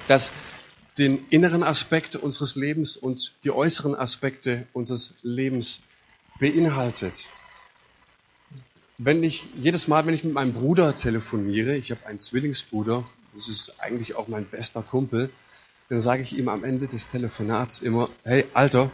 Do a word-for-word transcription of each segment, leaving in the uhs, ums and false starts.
das den inneren Aspekt unseres Lebens und die äußeren Aspekte unseres Lebens beinhaltet. Wenn ich jedes Mal, wenn ich mit meinem Bruder telefoniere, ich habe einen Zwillingsbruder, das ist eigentlich auch mein bester Kumpel, dann sage ich ihm am Ende des Telefonats immer: Hey Alter,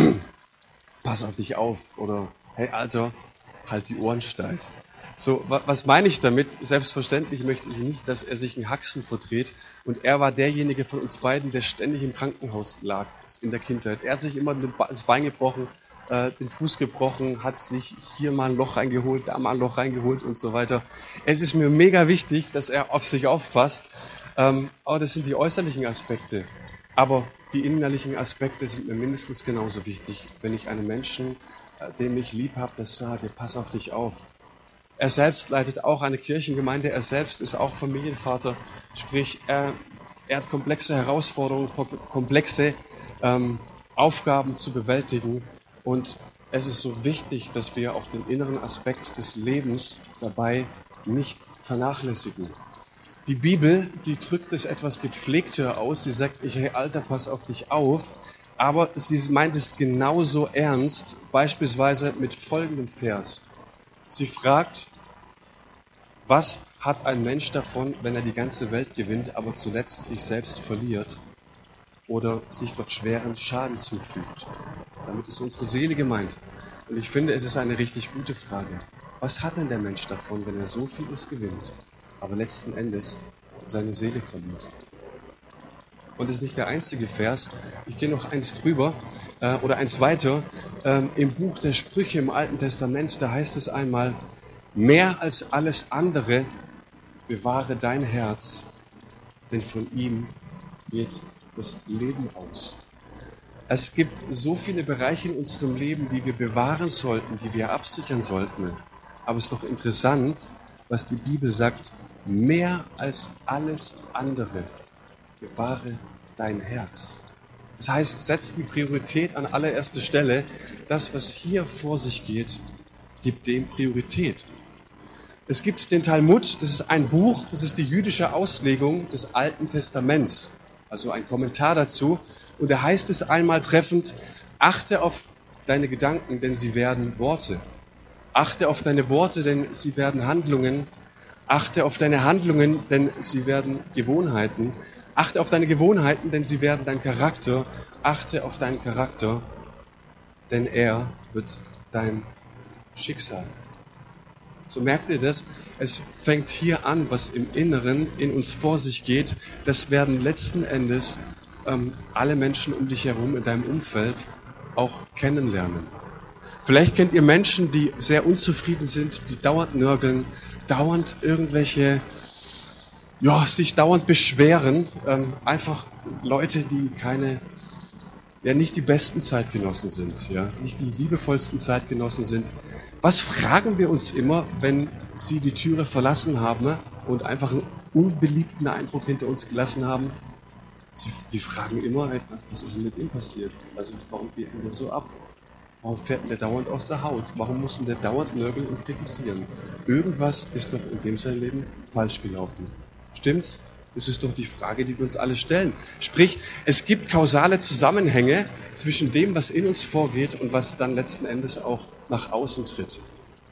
pass auf dich auf, oder hey Alter, halt die Ohren steif. So, was meine ich damit? Selbstverständlich möchte ich nicht, dass er sich einen Haxen verdreht, und er war derjenige von uns beiden, der ständig im Krankenhaus lag in der Kindheit. Er hat sich immer das Bein gebrochen, äh, den Fuß gebrochen, hat sich hier mal ein Loch reingeholt, da mal ein Loch reingeholt und so weiter. Es ist mir mega wichtig, dass er auf sich aufpasst, ähm, aber das sind die äußerlichen Aspekte. Aber die innerlichen Aspekte sind mir mindestens genauso wichtig, wenn ich einem Menschen, äh, den ich lieb habe, das sage: Pass auf dich auf. Er selbst leitet auch eine Kirchengemeinde, er selbst ist auch Familienvater, sprich, er, er hat komplexe Herausforderungen, komplexe ähm, Aufgaben zu bewältigen, und es ist so wichtig, dass wir auch den inneren Aspekt des Lebens dabei nicht vernachlässigen. Die Bibel, die drückt es etwas gepflegter aus, sie sagt nicht: Hey Alter, pass auf dich auf, aber sie meint es genauso ernst, beispielsweise mit folgendem Vers. Sie fragt: Was hat ein Mensch davon, wenn er die ganze Welt gewinnt, aber zuletzt sich selbst verliert oder sich doch schweren Schaden zufügt? Damit ist unsere Seele gemeint. Und ich finde, es ist eine richtig gute Frage. Was hat denn der Mensch davon, wenn er so vieles gewinnt, aber letzten Endes seine Seele verliert? Und das ist nicht der einzige Vers. Ich gehe noch eins drüber äh, oder eins weiter. Ähm, Im Buch der Sprüche im Alten Testament, da heißt es einmal: Mehr als alles andere bewahre dein Herz, denn von ihm geht das Leben aus. Es gibt so viele Bereiche in unserem Leben, die wir bewahren sollten, die wir absichern sollten. Aber es ist doch interessant, was die Bibel sagt: Mehr als alles andere bewahre dein Herz. Das heißt, setz die Priorität an allererste Stelle. Das, was hier vor sich geht, gibt dem Priorität. Es gibt den Talmud, das ist ein Buch, das ist die jüdische Auslegung des Alten Testaments, also ein Kommentar dazu. Und da heißt es einmal treffend: Achte auf deine Gedanken, denn sie werden Worte. Achte auf deine Worte, denn sie werden Handlungen. Achte auf deine Handlungen, denn sie werden Gewohnheiten. Achte auf deine Gewohnheiten, denn sie werden dein Charakter. Achte auf deinen Charakter, denn er wird dein Schicksal. So merkt ihr das? Es fängt hier an, was im Inneren in uns vor sich geht. Das werden letzten Endes ähm, alle Menschen um dich herum in deinem Umfeld auch kennenlernen. Vielleicht kennt ihr Menschen, die sehr unzufrieden sind, die dauernd nörgeln, dauernd irgendwelche, ja, sich dauernd beschweren. Ähm, einfach Leute, die keine, ja, nicht die besten Zeitgenossen sind, ja, nicht die liebevollsten Zeitgenossen sind. Was fragen wir uns immer, wenn sie die Türe verlassen haben und einfach einen unbeliebten Eindruck hinter uns gelassen haben? Sie, wir fragen immer: Hey, was ist denn mit ihm passiert? Also warum geht denn der so ab? Warum fährt denn der dauernd aus der Haut? Warum muss denn der dauernd nörgeln und kritisieren? Irgendwas ist doch in dem sein Leben falsch gelaufen. Stimmt's? Das ist doch die Frage, die wir uns alle stellen. Sprich, es gibt kausale Zusammenhänge zwischen dem, was in uns vorgeht und was dann letzten Endes auch nach außen tritt.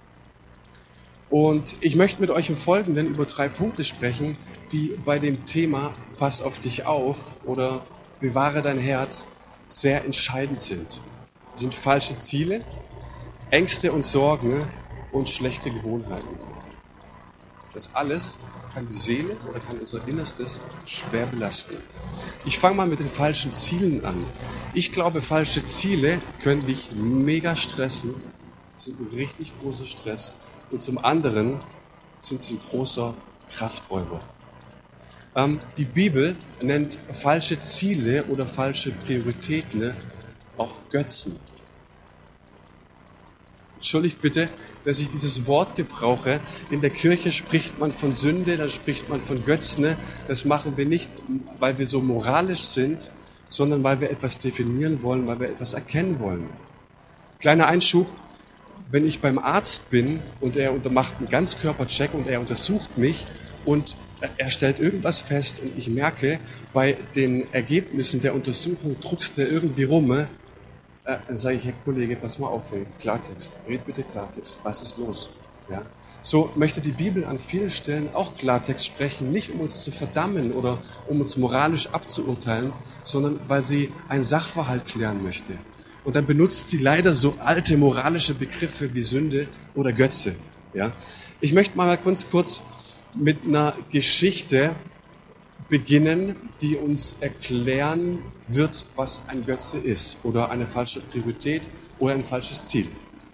Und ich möchte mit euch im Folgenden über drei Punkte sprechen, die bei dem Thema Pass auf dich auf oder bewahre dein Herz sehr entscheidend sind. Das sind falsche Ziele, Ängste und Sorgen und schlechte Gewohnheiten. Das alles kann die Seele oder kann unser Innerstes schwer belasten. Ich fange mal mit den falschen Zielen an. Ich glaube, falsche Ziele können dich mega stressen, sind ein richtig großer Stress, und zum anderen sind sie ein großer Krafträuber. Ähm, die Bibel nennt falsche Ziele oder falsche Prioritäten auch Götzen. Entschuldigt bitte, dass ich dieses Wort gebrauche. In der Kirche spricht man von Sünde, dann spricht man von Götzen. Das machen wir nicht, weil wir so moralisch sind, sondern weil wir etwas definieren wollen, weil wir etwas erkennen wollen. Kleiner Einschub: Wenn ich beim Arzt bin und er macht einen Ganzkörpercheck und er untersucht mich und er stellt irgendwas fest und ich merke, bei den Ergebnissen der Untersuchung druckst er irgendwie rum. Äh, dann sage ich, Herr Kollege, pass mal auf, ey, Klartext, red bitte Klartext, was ist los? Ja? So möchte die Bibel an vielen Stellen auch Klartext sprechen, nicht um uns zu verdammen oder um uns moralisch abzuurteilen, sondern weil sie einen Sachverhalt klären möchte. Und dann benutzt sie leider so alte moralische Begriffe wie Sünde oder Götze. Ja? Ich möchte mal ganz kurz mit einer Geschichte beginnen, die uns erklären wird, was ein Götze ist oder eine falsche Priorität oder ein falsches Ziel.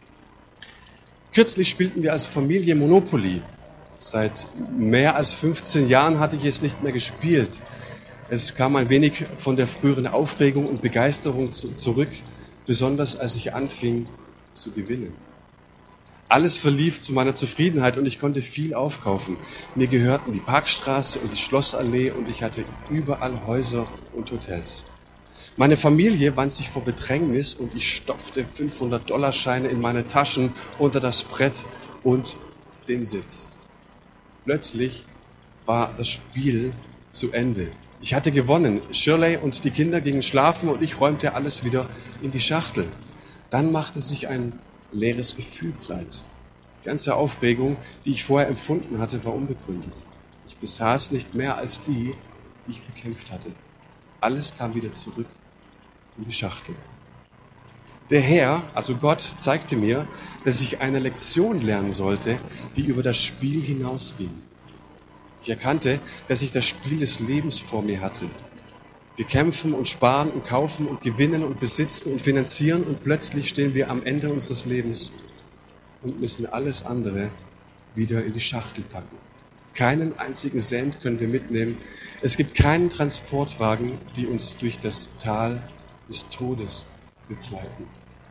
Kürzlich spielten wir als Familie Monopoly. Seit mehr als fünfzehn Jahren hatte ich es nicht mehr gespielt. Es kam ein wenig von der früheren Aufregung und Begeisterung zu, zurück, besonders als ich anfing zu gewinnen. Alles verlief zu meiner Zufriedenheit und ich konnte viel aufkaufen. Mir gehörten die Parkstraße und die Schlossallee und ich hatte überall Häuser und Hotels. Meine Familie wand sich vor Bedrängnis und ich stopfte fünfhundert-Dollar-Scheine in meine Taschen, unter das Brett und den Sitz. Plötzlich war das Spiel zu Ende. Ich hatte gewonnen. Shirley und die Kinder gingen schlafen und ich räumte alles wieder in die Schachtel. Dann machte sich ein leeres Gefühl breit. Die ganze Aufregung, die ich vorher empfunden hatte, war unbegründet. Ich besaß nicht mehr als die, die ich bekämpft hatte. Alles kam wieder zurück in die Schachtel. Der Herr, also Gott, zeigte mir, dass ich eine Lektion lernen sollte, die über das Spiel hinausging. Ich erkannte, dass ich das Spiel des Lebens vor mir hatte. Wir kämpfen und sparen und kaufen und gewinnen und besitzen und finanzieren und plötzlich stehen wir am Ende unseres Lebens und müssen alles andere wieder in die Schachtel packen. Keinen einzigen Cent können wir mitnehmen. Es gibt keinen Transportwagen, die uns durch das Tal des Todes begleiten.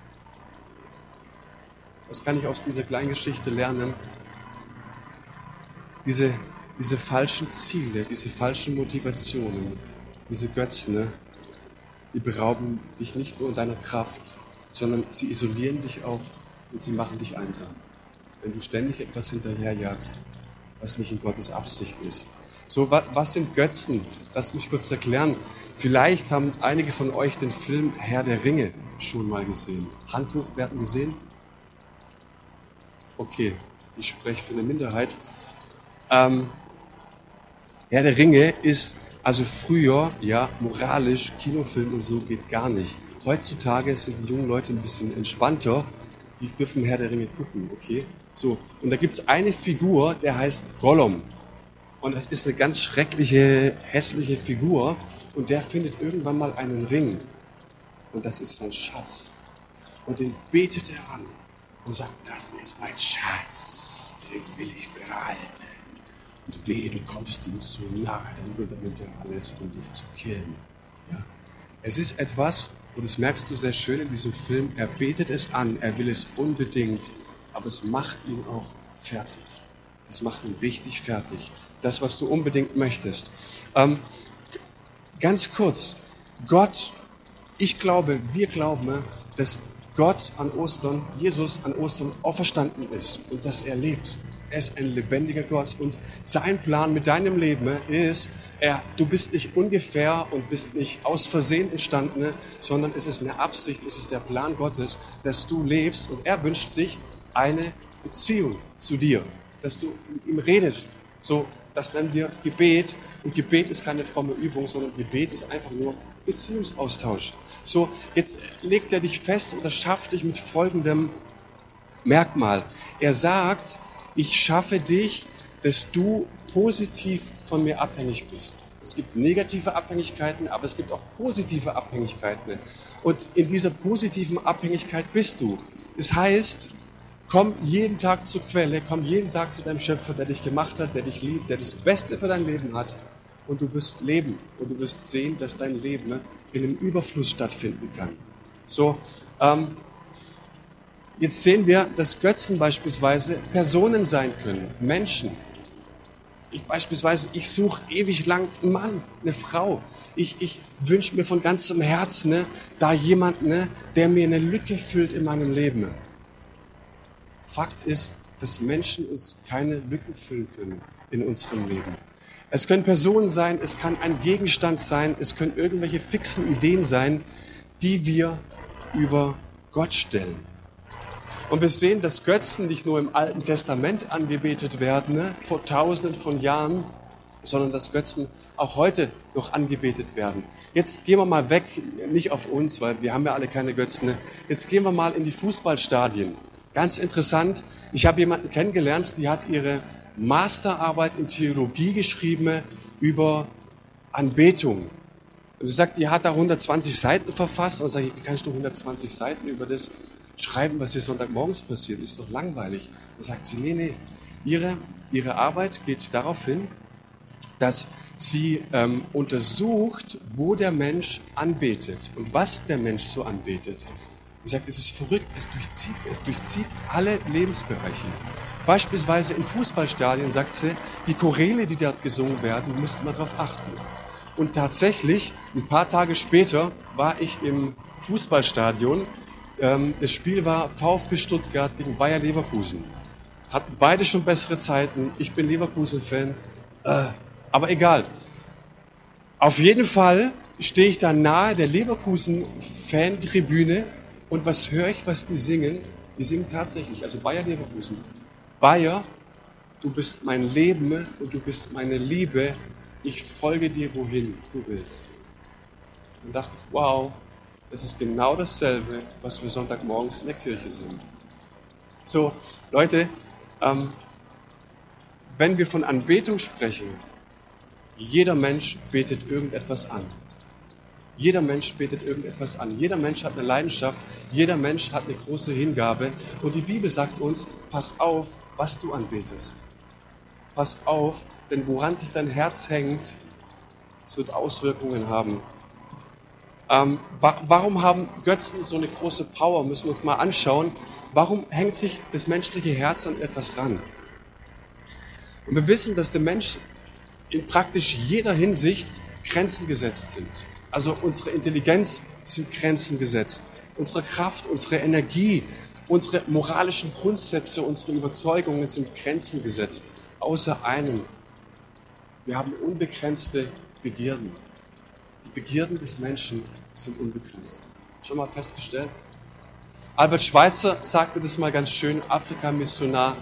Was kann ich aus dieser kleinen Geschichte lernen? Diese, diese falschen Ziele, diese falschen Motivationen, diese Götzen, die berauben dich nicht nur deiner Kraft, sondern sie isolieren dich auch und sie machen dich einsam. Wenn du ständig etwas hinterherjagst, was nicht in Gottes Absicht ist. So, was sind Götzen? Lass mich kurz erklären. Vielleicht haben einige von euch den Film Herr der Ringe schon mal gesehen. Hand hoch, wer hat ihn gesehen? Okay, ich spreche für eine Minderheit. Ähm, Herr der Ringe ist also früher, ja, moralisch, Kinofilm und so geht gar nicht. Heutzutage sind die jungen Leute ein bisschen entspannter. Die dürfen Herr der Ringe gucken, okay? So, und da gibt es eine Figur, der heißt Gollum. Und das ist eine ganz schreckliche, hässliche Figur. Und der findet irgendwann mal einen Ring. Und das ist sein Schatz. Und den betet er an und sagt, das ist mein Schatz, den will ich behalten. Und wehe, du kommst ihm zu nahe, dann unternimmt er alles, um dich zu killen. Ja? Es ist etwas, und das merkst du sehr schön in diesem Film, er betet es an, er will es unbedingt, aber es macht ihn auch fertig. Es macht ihn richtig fertig. Das, was du unbedingt möchtest. Ähm, ganz kurz, Gott, ich glaube, wir glauben, dass Gott an Ostern, Jesus an Ostern auferstanden ist und dass er lebt. Er ist ein lebendiger Gott und sein Plan mit deinem Leben ist, er, du bist nicht ungefähr und bist nicht aus Versehen entstanden, sondern es ist eine Absicht, es ist der Plan Gottes, dass du lebst und er wünscht sich eine Beziehung zu dir, dass du mit ihm redest. So, das nennen wir Gebet und Gebet ist keine fromme Übung, sondern Gebet ist einfach nur Beziehungsaustausch. So, jetzt legt er dich fest und das schafft dich mit folgendem Merkmal. Er sagt, ich schaffe dich, dass du positiv von mir abhängig bist. Es gibt negative Abhängigkeiten, aber es gibt auch positive Abhängigkeiten. Und in dieser positiven Abhängigkeit bist du. Das heißt, komm jeden Tag zur Quelle, komm jeden Tag zu deinem Schöpfer, der dich gemacht hat, der dich liebt, der das Beste für dein Leben hat. Und du wirst leben und du wirst sehen, dass dein Leben in einem Überfluss stattfinden kann. So, ähm, jetzt sehen wir, dass Götzen beispielsweise Personen sein können, Menschen. Ich beispielsweise, ich suche ewig lang einen Mann, eine Frau. Ich, ich wünsche mir von ganzem Herzen ne, da jemanden, ne, der mir eine Lücke füllt in meinem Leben. Fakt ist, dass Menschen uns keine Lücken füllen können in unserem Leben. Es können Personen sein, es kann ein Gegenstand sein, es können irgendwelche fixen Ideen sein, die wir über Gott stellen. Und wir sehen, dass Götzen nicht nur im Alten Testament angebetet werden, ne, vor tausenden von Jahren, sondern dass Götzen auch heute noch angebetet werden. Jetzt gehen wir mal weg, nicht auf uns, weil wir haben ja alle keine Götzen. Ne? Jetzt gehen wir mal in die Fußballstadien. Ganz interessant, ich habe jemanden kennengelernt, die hat ihre Masterarbeit in Theologie geschrieben über Anbetung. Und sie sagt, die hat da hundertzwanzig Seiten verfasst. Und sage ich, wie kannst du hundertzwanzig Seiten über das schreiben, was hier Sonntagmorgens passiert? Ist doch langweilig. Dann sagt sie, nee, nee, ihre, ihre Arbeit geht darauf hin, dass sie ähm, untersucht, wo der Mensch anbetet und was der Mensch so anbetet. Sie sagt, es ist verrückt, es durchzieht, es durchzieht alle Lebensbereiche. Beispielsweise in Fußballstadien, sagt sie, die Choräle, die dort gesungen werden, müsste man darauf achten. Und tatsächlich, ein paar Tage später war ich im Fußballstadion. Ähm, das Spiel war VfB Stuttgart gegen Bayer Leverkusen. Hatten beide schon bessere Zeiten. Ich bin Leverkusen-Fan. Äh, aber egal. Auf jeden Fall stehe ich da nahe der Leverkusen-Fan-Tribüne und was höre ich, was die singen? Die singen tatsächlich, also Bayer Leverkusen. Bayer, du bist mein Leben und du bist meine Liebe. Ich folge dir, wohin du willst. Und dachte, wow, das ist genau dasselbe, was wir Sonntagmorgens in der Kirche singen. So, Leute, ähm, wenn wir von Anbetung sprechen, jeder Mensch betet irgendetwas an. Jeder Mensch betet irgendetwas an. Jeder Mensch hat eine Leidenschaft. Jeder Mensch hat eine große Hingabe. Und die Bibel sagt uns, pass auf, was du anbetest. Pass auf, denn woran sich dein Herz hängt, es wird Auswirkungen haben. Ähm, wa- warum haben Götzen so eine große Power? Müssen wir uns mal anschauen. Warum hängt sich das menschliche Herz an etwas ran? Und wir wissen, dass der Mensch in praktisch jeder Hinsicht Grenzen gesetzt sind. Also unsere Intelligenz sind Grenzen gesetzt. Unsere Kraft, unsere Energie, unsere moralischen Grundsätze, unsere Überzeugungen sind Grenzen gesetzt. Außer einem. Wir haben unbegrenzte Begierden. Die Begierden des Menschen sind unbegrenzt. Schon mal festgestellt? Albert Schweitzer sagte das mal ganz schön, Afrika-Missionar.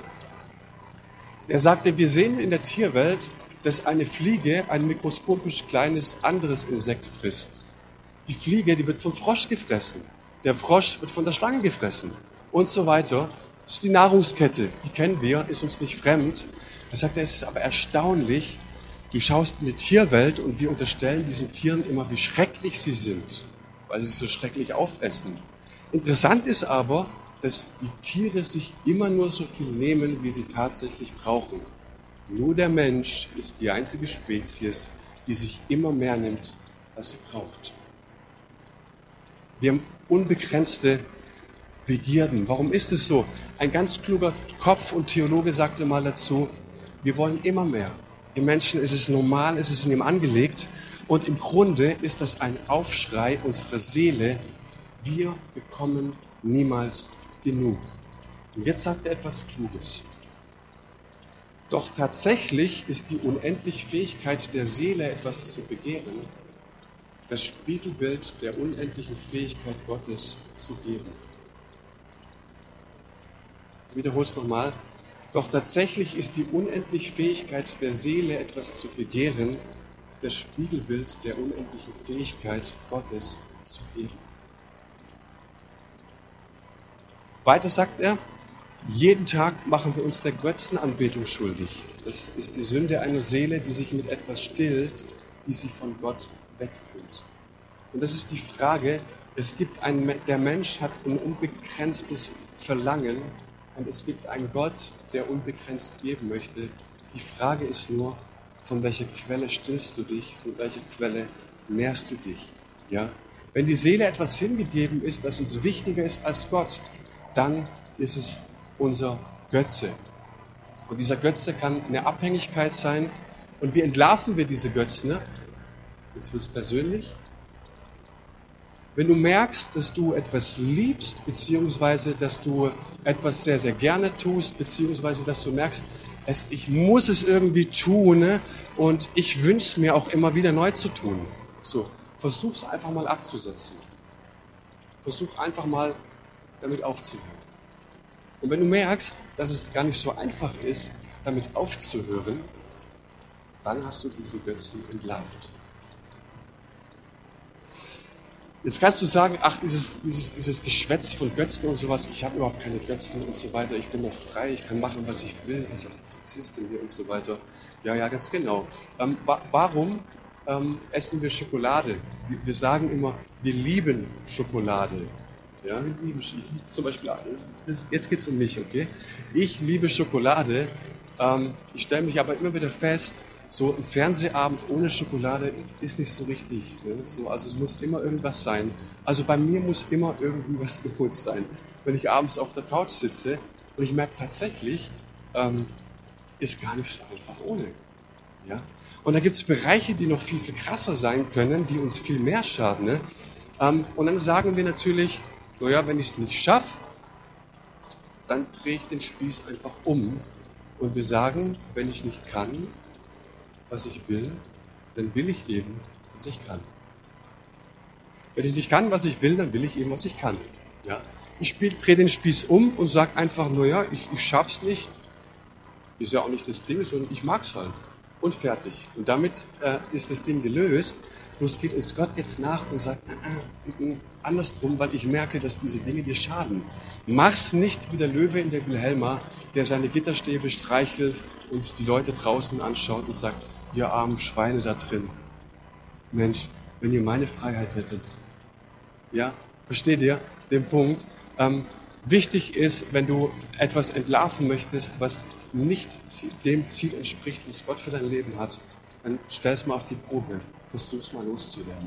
Er sagte, wir sehen in der Tierwelt, dass eine Fliege ein mikroskopisch kleines anderes Insekt frisst. Die Fliege, die wird vom Frosch gefressen. Der Frosch wird von der Schlange gefressen. Und so weiter. Das ist die Nahrungskette. Die kennen wir, ist uns nicht fremd. Er sagt, es ist aber erstaunlich, du schaust in die Tierwelt und wir unterstellen diesen Tieren immer, wie schrecklich sie sind, weil sie sich so schrecklich aufessen. Interessant ist aber, dass die Tiere sich immer nur so viel nehmen, wie sie tatsächlich brauchen. Nur der Mensch ist die einzige Spezies, die sich immer mehr nimmt, als sie braucht. Wir haben unbegrenzte Begierden. Warum ist es so? Ein ganz kluger Kopf und Theologe sagte mal dazu, wir wollen immer mehr. Im Menschen ist es normal, ist es in ihm angelegt und im Grunde ist das ein Aufschrei unserer Seele, wir bekommen niemals genug. Und jetzt sagt er etwas Kluges. Doch tatsächlich ist die unendliche Fähigkeit der Seele, etwas zu begehren, das Spiegelbild der unendlichen Fähigkeit Gottes zu geben. Ich wiederhole es nochmal. Doch tatsächlich ist die unendliche Fähigkeit der Seele, etwas zu begehren, das Spiegelbild der unendlichen Fähigkeit Gottes zu geben. Weiter sagt er, jeden Tag machen wir uns der Götzenanbetung schuldig. Das ist die Sünde einer Seele, die sich mit etwas stillt, die sie von Gott wegführt. Und das ist die Frage, es gibt ein, der Mensch hat ein unbegrenztes Verlangen und es gibt einen Gott, der unbegrenzt geben möchte. Die Frage ist nur, von welcher Quelle stillst du dich, von welcher Quelle nährst du dich? Ja? Wenn die Seele etwas hingegeben ist, das uns wichtiger ist als Gott, dann ist es unser Götze. Und dieser Götze kann eine Abhängigkeit sein. Und wie entlarven wir diese Götzen? Ne? Jetzt wird es persönlich. Wenn du merkst, dass du etwas liebst, beziehungsweise dass du etwas sehr, sehr gerne tust, beziehungsweise dass du merkst, es, ich muss es irgendwie tun, ne? Und ich wünsche es mir auch immer wieder neu zu tun. So, versuch es einfach mal abzusetzen. Versuch einfach mal damit aufzuhören. Und wenn du merkst, dass es gar nicht so einfach ist, damit aufzuhören, dann hast du diesen Götzen entlarvt. Jetzt kannst du sagen, ach, dieses, dieses, dieses Geschwätz von Götzen und sowas, ich habe überhaupt keine Götzen und so weiter, ich bin doch frei, ich kann machen, was ich will, was erzählst du denn hier und so weiter. Ja, ja, ganz genau. Ähm, wa- warum ähm, essen wir Schokolade? Wir, wir sagen immer, wir lieben Schokolade. Ja, wir lieben, ich liebe zum Beispiel, das, das, jetzt geht es um mich, okay? Ich liebe Schokolade, ähm, ich stelle mich aber immer wieder fest, so ein Fernsehabend ohne Schokolade ist nicht so richtig. Ne? So, also es muss immer irgendwas sein. Also bei mir muss immer irgendwie was kaputt sein. Wenn ich abends auf der Couch sitze und ich merke tatsächlich, ähm, ist gar nicht so einfach ohne. Ja? Und da gibt es Bereiche, die noch viel, viel krasser sein können, die uns viel mehr schaden. Ne? Ähm, und dann sagen wir natürlich, naja, wenn ich es nicht schaffe, dann drehe ich den Spieß einfach um. Und wir sagen, wenn ich nicht kann, was ich will, dann will ich eben, was ich kann. Wenn ich nicht kann, was ich will, dann will ich eben, was ich kann. Ja? Ich spiel, drehe den Spieß um und sage einfach, naja, ich, ich schaff's nicht. Ist ja auch nicht das Ding, sondern ich mag's halt. Und fertig. Und damit äh, ist das Ding gelöst. Bloß geht uns Gott jetzt nach und sagt, äh, äh, andersrum, weil ich merke, dass diese Dinge dir schaden. Mach's nicht wie der Löwe in der Wilhelma, der seine Gitterstäbe streichelt und die Leute draußen anschaut und sagt, ihr armen Schweine da drin. Mensch, wenn ihr meine Freiheit hättet. Ja, versteht ihr den Punkt? Ähm, wichtig ist, wenn du etwas entlarven möchtest, was nicht dem Ziel entspricht, was Gott für dein Leben hat, dann stell es mal auf die Probe. Versuch's mal loszuwerden.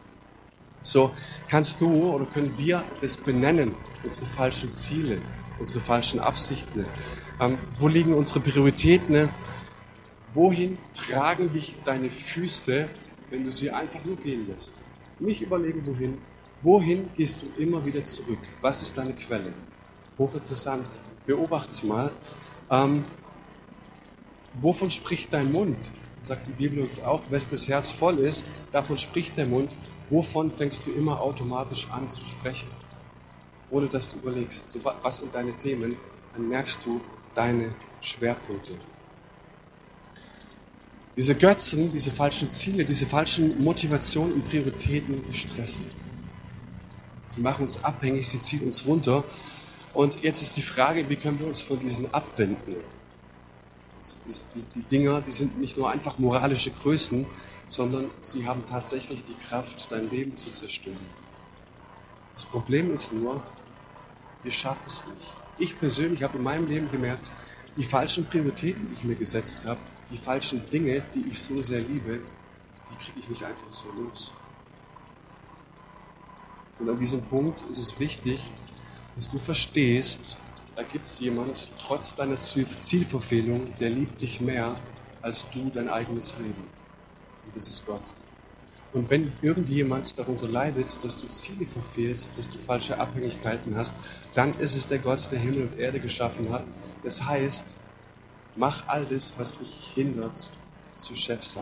So kannst du oder können wir das benennen, unsere falschen Ziele, unsere falschen Absichten. Ähm, wo liegen unsere Prioritäten? Wohin tragen dich deine Füße, wenn du sie einfach nur gehen lässt? Nicht überlegen, wohin. Wohin gehst du immer wieder zurück? Was ist deine Quelle? Hochinteressant. Beobacht's mal. Ähm, wovon spricht dein Mund? Sagt die Bibel uns auch, wenn das Herz voll ist, davon spricht der Mund. Wovon fängst du immer automatisch an zu sprechen? Ohne dass du überlegst, so, was sind deine Themen, dann merkst du deine Schwerpunkte. Diese Götzen, diese falschen Ziele, diese falschen Motivationen und Prioritäten, die stressen. Sie machen uns abhängig, sie ziehen uns runter. Und jetzt ist die Frage, wie können wir uns von diesen abwenden? Die, die, die Dinger, die sind nicht nur einfach moralische Größen, sondern sie haben tatsächlich die Kraft, dein Leben zu zerstören. Das Problem ist nur, wir schaffen es nicht. Ich persönlich habe in meinem Leben gemerkt, die falschen Prioritäten, die ich mir gesetzt habe, die falschen Dinge, die ich so sehr liebe, die kriege ich nicht einfach so los. Und an diesem Punkt ist es wichtig, dass du verstehst, da gibt es jemand, trotz deiner Zielverfehlung, der liebt dich mehr als du dein eigenes Leben. Und das ist Gott. Und wenn irgendjemand darunter leidet, dass du Ziele verfehlst, dass du falsche Abhängigkeiten hast, dann ist es der Gott, der Himmel und Erde geschaffen hat. Das heißt, mach all das, was dich hindert, zur Chefsache.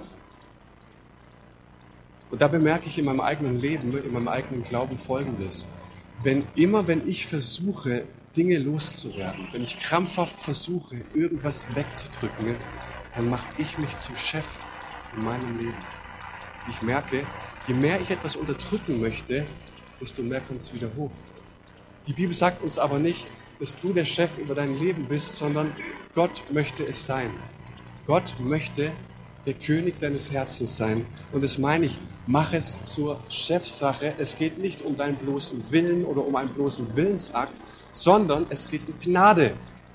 Und da bemerke ich in meinem eigenen Leben, in meinem eigenen Glauben Folgendes. Wenn immer, wenn ich versuche, Dinge loszuwerden, wenn ich krampfhaft versuche, irgendwas wegzudrücken, dann mache ich mich zum Chef in meinem Leben. Ich merke, je mehr ich etwas unterdrücken möchte, desto mehr kommt es wieder hoch. Die Bibel sagt uns aber nicht, dass du der Chef über dein Leben bist, sondern Gott möchte es sein. Gott möchte der König deines Herzens sein. Und das meine ich, mach es zur Chefsache. Es geht nicht um deinen bloßen Willen oder um einen bloßen Willensakt, sondern es geht um Gnade.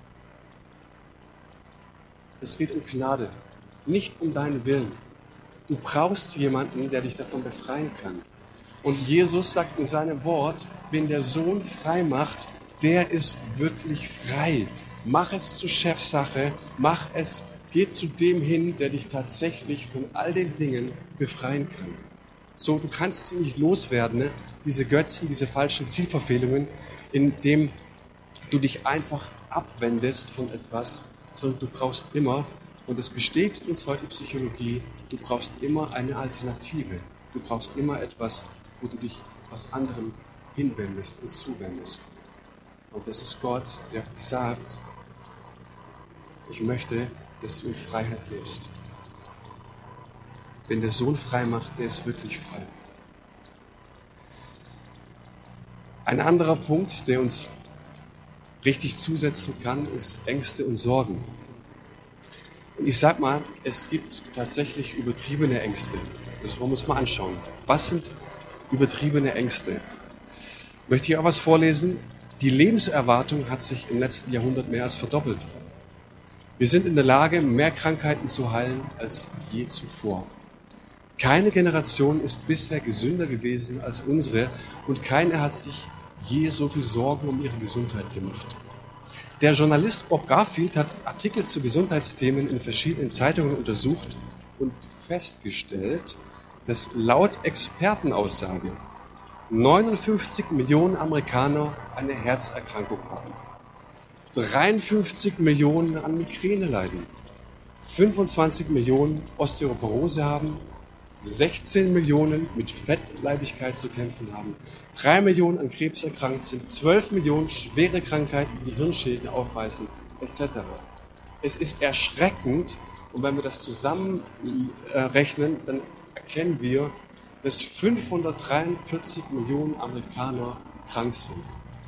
Es geht um Gnade, nicht um deinen Willen. Du brauchst jemanden, der dich davon befreien kann. Und Jesus sagt in seinem Wort, wen der Sohn frei macht, der ist wirklich frei. Mach es zur Chefsache, mach es, geh zu dem hin, der dich tatsächlich von all den Dingen befreien kann. So, du kannst sie nicht loswerden, ne? Diese Götzen, diese falschen Zielverfehlungen, indem du dich einfach abwendest von etwas, sondern du brauchst immer, und das bestätigt uns heute Psychologie, du brauchst immer eine Alternative. Du brauchst immer etwas, wo du dich was anderem hinwendest und zuwendest. Und das ist Gott, der sagt, ich möchte, dass du in Freiheit lebst. Wenn der Sohn frei macht, der ist wirklich frei. Ein anderer Punkt, der uns richtig zusetzen kann, ist Ängste und Sorgen. Und ich sag mal, es gibt tatsächlich übertriebene Ängste. Das wollen wir uns mal anschauen. Was sind übertriebene Ängste? Möchte ich auch was vorlesen? Die Lebenserwartung hat sich im letzten Jahrhundert mehr als verdoppelt. Wir sind in der Lage, mehr Krankheiten zu heilen als je zuvor. Keine Generation ist bisher gesünder gewesen als unsere und keine hat sich je so viel Sorgen um ihre Gesundheit gemacht. Der Journalist Bob Garfield hat Artikel zu Gesundheitsthemen in verschiedenen Zeitungen untersucht und festgestellt, dass laut Expertenaussage neunundfünfzig Millionen Amerikaner eine Herzerkrankung haben, dreiundfünfzig Millionen an Migräne leiden, fünfundzwanzig Millionen Osteoporose haben, sechzehn Millionen mit Fettleibigkeit zu kämpfen haben, drei Millionen an Krebs erkrankt sind, zwölf Millionen schwere Krankheiten wie Hirnschäden aufweisen, et cetera. Es ist erschreckend, und wenn wir das zusammenrechnen, dann erkennen wir, dass fünfhundertdreiundvierzig Millionen Amerikaner krank sind.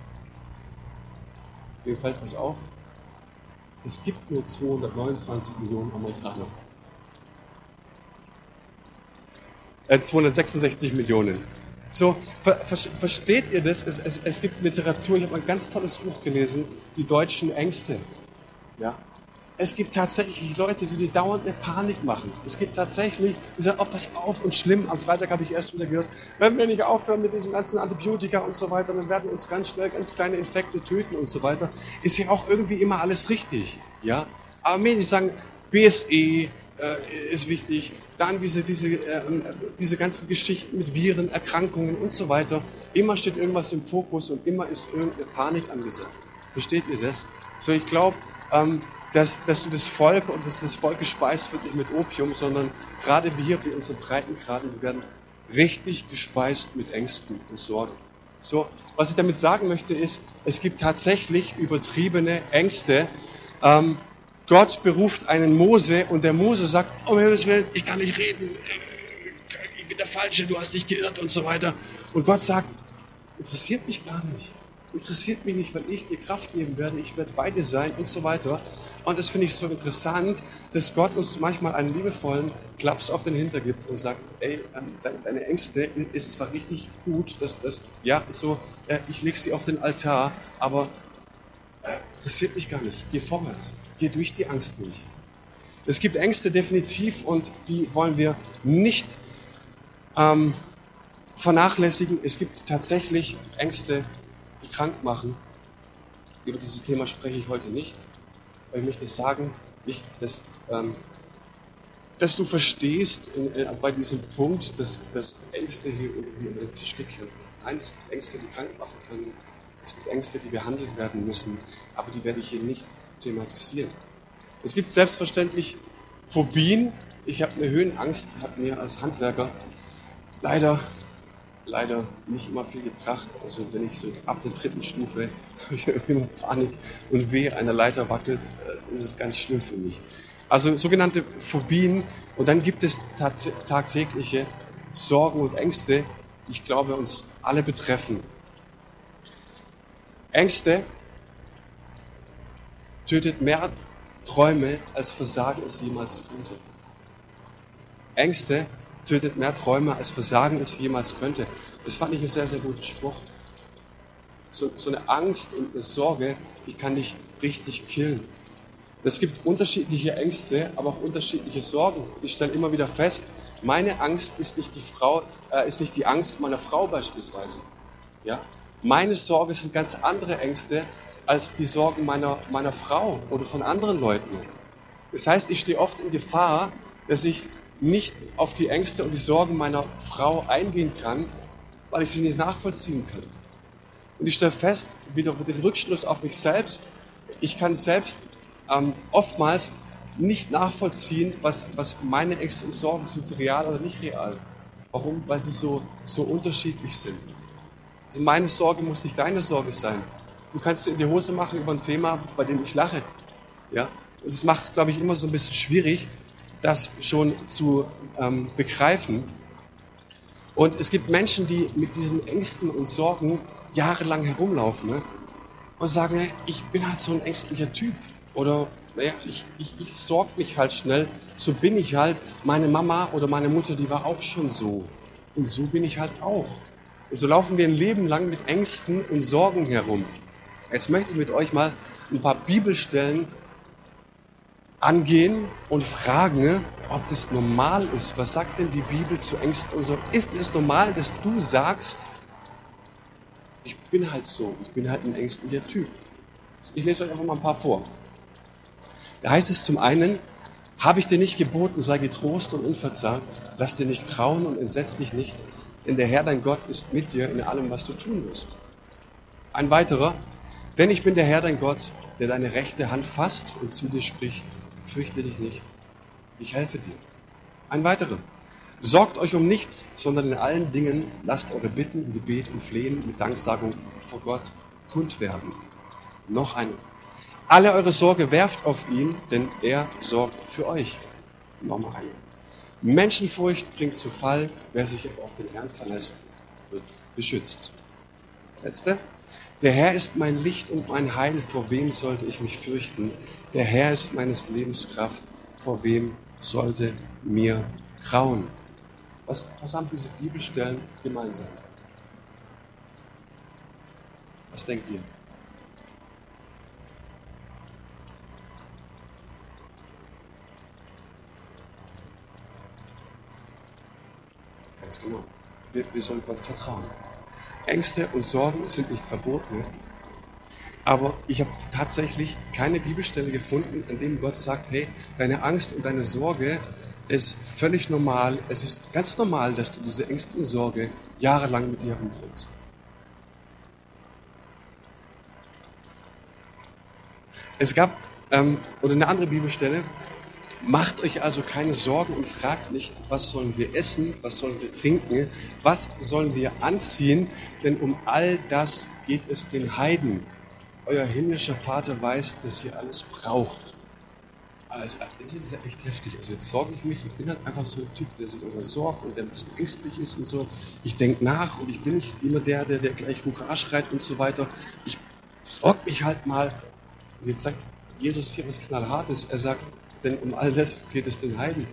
Wem fällt was auf? Es gibt nur zweihundertneunundzwanzig Millionen Amerikaner. Äh, zweihundertsechsundsechzig Millionen. So, ver, ver, versteht ihr das? Es, es, es gibt Literatur, ich habe ein ganz tolles Buch gelesen, die deutschen Ängste. Ja? Es gibt tatsächlich Leute, die, die dauernd eine Panik machen. Es gibt tatsächlich, die sagen, oh, pass auf und schlimm. Am Freitag habe ich erst wieder gehört, wenn wir nicht aufhören mit diesem ganzen Antibiotika und so weiter, dann werden uns ganz schnell ganz kleine Infekte töten und so weiter. Ist ja auch irgendwie immer alles richtig. Ja? Aber mir die sagen, B S E äh, ist wichtig, dann diese, diese, äh, diese ganzen Geschichten mit Viren, Erkrankungen und so weiter. Immer steht irgendwas im Fokus und immer ist irgendeine Panik angesagt. Versteht ihr das? So, ich glaube, ähm, Dass, dass du das Volk und dass das Volk gespeist wird nicht mit Opium, sondern gerade wir bei unseren Breitengraden, wir werden richtig gespeist mit Ängsten und Sorgen. So, was ich damit sagen möchte ist, es gibt tatsächlich übertriebene Ängste. Ähm, Gott beruft einen Mose und der Mose sagt, um Himmels Willen, ich kann nicht reden, ich bin der Falsche, du hast dich geirrt und so weiter. Und Gott sagt, interessiert mich gar nicht. Interessiert mich nicht, weil ich dir Kraft geben werde, ich werde bei dir sein und so weiter. Und das finde ich so interessant, dass Gott uns manchmal einen liebevollen Klaps auf den Hintern gibt und sagt, ey, deine Ängste ist zwar richtig gut, dass das, ja, so, ich lege sie auf den Altar, aber äh, interessiert mich gar nicht. Geh vorwärts, geh durch die Angst durch. Es gibt Ängste definitiv und die wollen wir nicht ähm, vernachlässigen. Es gibt tatsächlich Ängste, die krank machen. Über dieses Thema spreche ich heute nicht, weil ich möchte sagen, nicht, dass, ähm, dass du verstehst in, in, bei diesem Punkt, dass, dass Ängste hier irgendwie über den Tisch gekehrt werden. Nein, es gibt Ängste, die krank machen können. Es gibt Ängste, die behandelt werden müssen, aber die werde ich hier nicht thematisieren. Es gibt selbstverständlich Phobien. Ich habe eine Höhenangst, hat mir als Handwerker leider leider nicht immer viel gebracht. Also wenn ich so ab der dritten Stufe habe ich immer Panik und wehe, eine Leiter wackelt, ist es ganz schlimm für mich. Also sogenannte Phobien und dann gibt es tagtägliche Sorgen und Ängste, die ich glaube uns alle betreffen. Ängste tötet mehr Träume, als Versagen es jemals könnte. Ängste tötet mehr Träume, als Versagen es jemals könnte. Das fand ich einen sehr, sehr guten Spruch. So, so eine Angst und eine Sorge, die kann dich richtig killen. Es gibt unterschiedliche Ängste, aber auch unterschiedliche Sorgen. Ich stelle immer wieder fest, meine Angst ist nicht die Frau, äh, ist nicht die Angst meiner Frau beispielsweise. Ja? Meine Sorge sind ganz andere Ängste als die Sorgen meiner, meiner Frau oder von anderen Leuten. Das heißt, ich stehe oft in Gefahr, dass ich nicht auf die Ängste und die Sorgen meiner Frau eingehen kann, weil ich sie nicht nachvollziehen kann. Und ich stelle fest, wieder den Rückschluss auf mich selbst, ich kann selbst ähm, oftmals nicht nachvollziehen, was, was meine Ängste und Sorgen sind, sie real oder nicht real. Warum? Weil sie so, so unterschiedlich sind. Also meine Sorge muss nicht deine Sorge sein. Du kannst dir in die Hose machen über ein Thema, bei dem ich lache. Ja? Und das macht es, glaube ich, immer so ein bisschen schwierig, das schon zu ähm, begreifen. Und es gibt Menschen, die mit diesen Ängsten und Sorgen jahrelang herumlaufen, ne? Und sagen, hey, ich bin halt so ein ängstlicher Typ. Oder, naja, ich, ich, ich sorge mich halt schnell. So bin ich halt. Meine Mama oder meine Mutter, die war auch schon so. Und so bin ich halt auch. Und so laufen wir ein Leben lang mit Ängsten und Sorgen herum. Jetzt möchte ich mit euch mal ein paar Bibelstellen angehen und fragen, ob das normal ist. Was sagt denn die Bibel zu Ängsten und Sorgen? Ist es normal, dass du sagst, ich bin halt so, ich bin halt ein ängstlicher Typ? Ich lese euch einfach mal ein paar vor. Da heißt es zum einen, habe ich dir nicht geboten, sei getrost und unverzagt, lass dir nicht grauen und entsetz dich nicht, denn der Herr dein Gott ist mit dir in allem, was du tun wirst. Ein weiterer, denn ich bin der Herr dein Gott, der deine rechte Hand fasst und zu dir spricht, fürchte dich nicht, ich helfe dir. Ein weiterer, sorgt euch um nichts, sondern in allen Dingen lasst eure Bitten, Gebet und Flehen mit Danksagung vor Gott kund werden. Noch eine. Alle eure Sorge werft auf ihn, denn er sorgt für euch. Nochmal eine. Menschenfurcht bringt zu Fall, wer sich auf den Herrn verlässt, wird beschützt. Letzte. Der Herr ist mein Licht und mein Heil, vor wem sollte ich mich fürchten? Der Herr ist meines Lebens Kraft, vor wem sollte mir grauen? Was, was haben diese Bibelstellen gemeinsam? Was denkt ihr? Ganz genau. Wir, wir sollen Gott vertrauen. Ängste und Sorgen sind nicht verboten, aber ich habe tatsächlich keine Bibelstelle gefunden, an dem Gott sagt, hey, deine Angst und deine Sorge ist völlig normal. Es ist ganz normal, dass du diese Ängste und Sorge jahrelang mit dir rumträgst. Es gab, ähm, oder eine andere Bibelstelle, macht euch also keine Sorgen und fragt nicht, was sollen wir essen, was sollen wir trinken, was sollen wir anziehen, denn um all das geht es den Heiden. Euer himmlischer Vater weiß, dass ihr alles braucht. Also, das ist ja echt heftig. Also jetzt sorge ich mich, ich bin halt einfach so ein Typ, der sich immer sorgt und der ein bisschen ängstlich ist und so. Ich denke nach und ich bin nicht immer der, der, der gleich Hurra schreit und so weiter. Ich sorge mich halt mal. Und jetzt sagt Jesus hier was Knallhartes. Er sagt, denn um all das geht es den Heiden.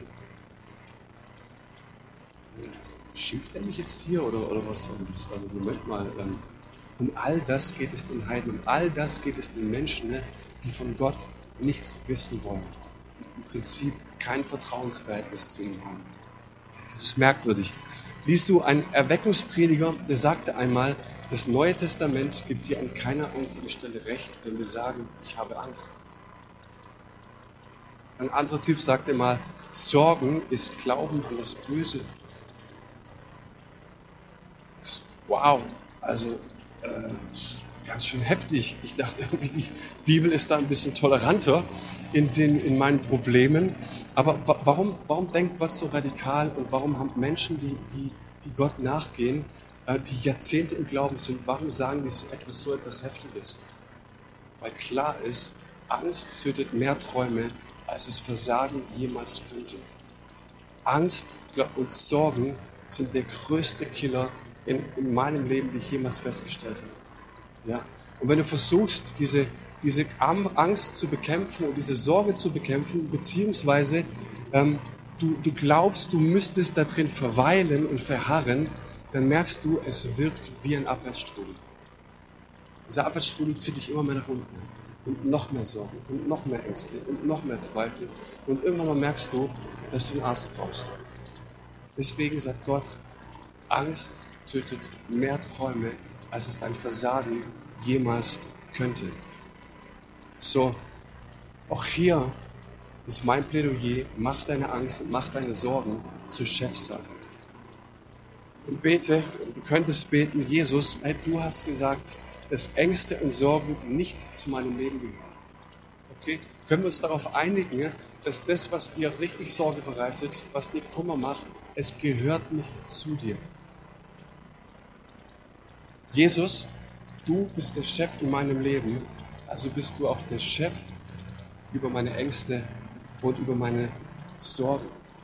Schimpft er mich jetzt hier oder, oder was soll das? Also Moment mal, ähm, um all das geht es den Heiden, um all das geht es den Menschen, ne, die von Gott nichts wissen wollen, die im Prinzip kein Vertrauensverhältnis zu ihm haben. Das ist merkwürdig. Liest du einen Erweckungsprediger, der sagte einmal, das Neue Testament gibt dir an keiner einzigen Stelle recht, wenn wir sagen, ich habe Angst. Ein anderer Typ sagte mal, Sorgen ist Glauben an das Böse. Wow, also äh, ganz schön heftig. Ich dachte irgendwie, die Bibel ist da ein bisschen toleranter in, den, in meinen Problemen. Aber wa- warum, warum denkt Gott so radikal und warum haben Menschen, die, die, die Gott nachgehen, äh, die Jahrzehnte im Glauben sind, warum sagen die so etwas, so etwas Heftiges? Weil klar ist, Angst tötet mehr Träume, als es Versagen jemals könnte. Angst und Sorgen sind der größte Killer in, in meinem Leben, die ich jemals festgestellt habe. Ja? Und wenn du versuchst, diese, diese Angst zu bekämpfen und diese Sorge zu bekämpfen, beziehungsweise ähm, du, du glaubst, du müsstest da drin verweilen und verharren, dann merkst du, es wirkt wie ein Abwärtsstrudel. Dieser Abwärtsstrudel zieht dich immer mehr nach unten. Und noch mehr Sorgen und noch mehr Ängste und noch mehr Zweifel. Und irgendwann mal merkst du, dass du einen Arzt brauchst. Deswegen sagt Gott, Angst tötet mehr Träume, als es dein Versagen jemals könnte. So, auch hier ist mein Plädoyer, mach deine Angst und mach deine Sorgen zur Chefsache. Und bete, du könntest beten, Jesus, hey, du hast gesagt, dass Ängste und Sorgen nicht zu meinem Leben gehören. Okay? Können wir uns darauf einigen, dass das, was dir richtig Sorge bereitet, was dir Kummer macht, es gehört nicht zu dir. Jesus, du bist der Chef in meinem Leben, also bist du auch der Chef über meine Ängste und über meine Sorgen.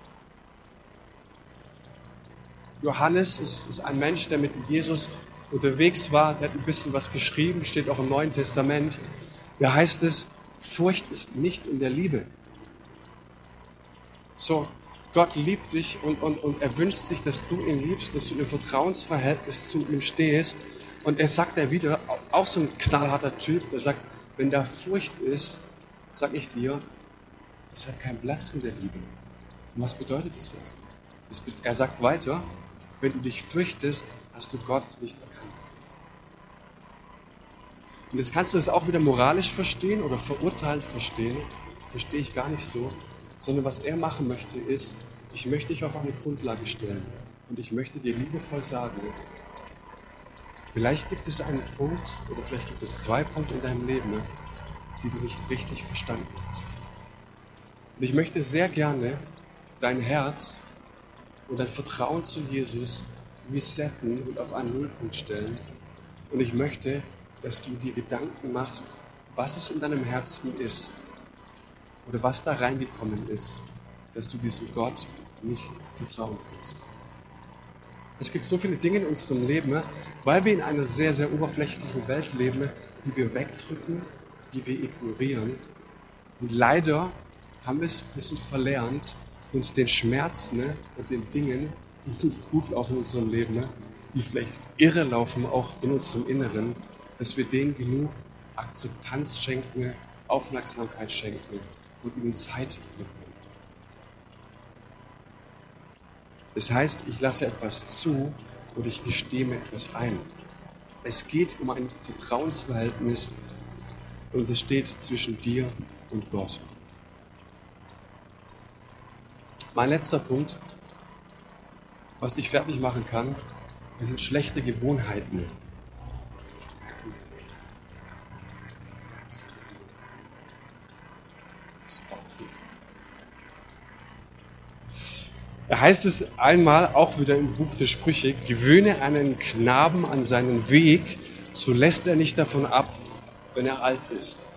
Johannes ist, ist ein Mensch, der mit Jesus unterwegs war, der hat ein bisschen was geschrieben, steht auch im Neuen Testament. Da heißt es, Furcht ist nicht in der Liebe. So, Gott liebt dich und, und, und er wünscht sich, dass du ihn liebst, dass du in einem Vertrauensverhältnis zu ihm stehst. Und er sagt er wieder, auch so ein knallharter Typ, der sagt, wenn da Furcht ist, sag ich dir, das hat keinen Platz in der Liebe. Und was bedeutet das jetzt? Das, er sagt weiter, wenn du dich fürchtest, hast du Gott nicht erkannt. Und jetzt kannst du das auch wieder moralisch verstehen oder verurteilt verstehen. Verstehe ich gar nicht so. Sondern was er machen möchte ist, ich möchte dich auf eine Grundlage stellen. Und ich möchte dir liebevoll sagen, vielleicht gibt es einen Punkt oder vielleicht gibt es zwei Punkte in deinem Leben, die du nicht richtig verstanden hast. Und ich möchte sehr gerne dein Herz und dein Vertrauen zu Jesus resetten und auf einen Nullpunkt stellen. Und ich möchte, dass du dir Gedanken machst, was es in deinem Herzen ist oder was da reingekommen ist, dass du diesem Gott nicht vertrauen kannst. Es gibt so viele Dinge in unserem Leben, weil wir in einer sehr, sehr oberflächlichen Welt leben, die wir wegdrücken, die wir ignorieren. Und leider haben wir es ein bisschen verlernt, uns den Schmerzen und den Dingen, die nicht gut laufen in unserem Leben, die vielleicht irre laufen, auch in unserem Inneren, dass wir denen genug Akzeptanz schenken, Aufmerksamkeit schenken und ihnen Zeit widmen. Das heißt, ich lasse etwas zu und ich gestehe mir etwas ein. Es geht um ein Vertrauensverhältnis und es steht zwischen dir und Gott. Mein letzter Punkt, was dich fertig machen kann, das sind schlechte Gewohnheiten. Da heißt es einmal, auch wieder im Buch der Sprüche, gewöhne einen Knaben an seinen Weg, so lässt er nicht davon ab, wenn er alt ist.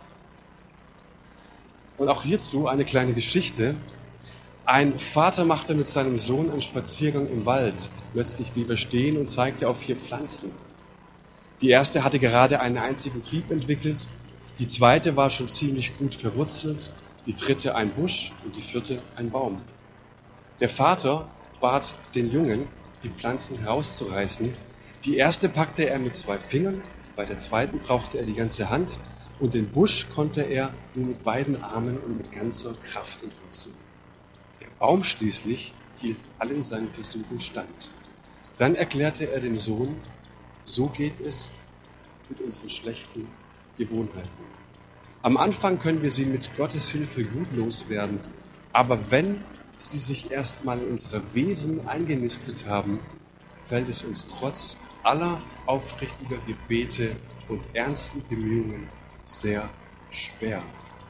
Und auch hierzu eine kleine Geschichte. Ein Vater machte mit seinem Sohn einen Spaziergang im Wald. Plötzlich blieb er stehen und zeigte auf vier Pflanzen. Die erste hatte gerade einen einzigen Trieb entwickelt, die zweite war schon ziemlich gut verwurzelt, die dritte ein Busch und die vierte ein Baum. Der Vater bat den Jungen, die Pflanzen herauszureißen. Die erste packte er mit zwei Fingern, bei der zweiten brauchte er die ganze Hand und den Busch konnte er nur mit beiden Armen und mit ganzer Kraft entwurzeln. Der Baum schließlich hielt allen seinen Versuchen stand. Dann erklärte er dem Sohn, so geht es mit unseren schlechten Gewohnheiten. Am Anfang können wir sie mit Gottes Hilfe gut loswerden, aber wenn sie sich erstmal in unsere Wesen eingenistet haben, fällt es uns trotz aller aufrichtiger Gebete und ernsten Bemühungen sehr schwer.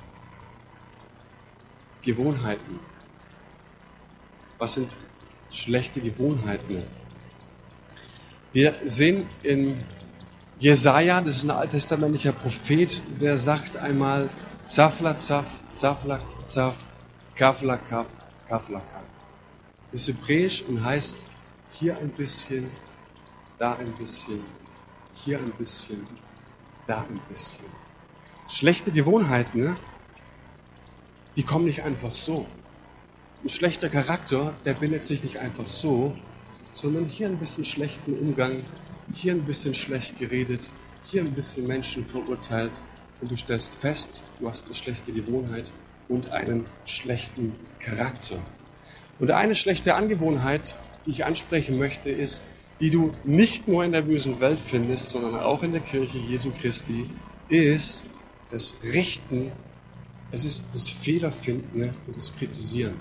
Gewohnheiten. Was sind schlechte Gewohnheiten? Wir sehen in Jesaja, das ist ein alttestamentlicher Prophet, der sagt einmal Zafla Zaf, Zafla Zaf, Kafla Kaf, Kafla Kaf. Das ist hebräisch und heißt hier ein bisschen, da ein bisschen, hier ein bisschen, da ein bisschen. Schlechte Gewohnheiten, ne? Die kommen nicht einfach so. Ein schlechter Charakter, der bildet sich nicht einfach so, sondern hier ein bisschen schlechten Umgang, hier ein bisschen schlecht geredet, hier ein bisschen Menschen verurteilt und du stellst fest, du hast eine schlechte Gewohnheit und einen schlechten Charakter. Und eine schlechte Angewohnheit, die ich ansprechen möchte, ist, die du nicht nur in der bösen Welt findest, sondern auch in der Kirche Jesu Christi, ist das Richten, es ist das Fehlerfinden und das Kritisieren.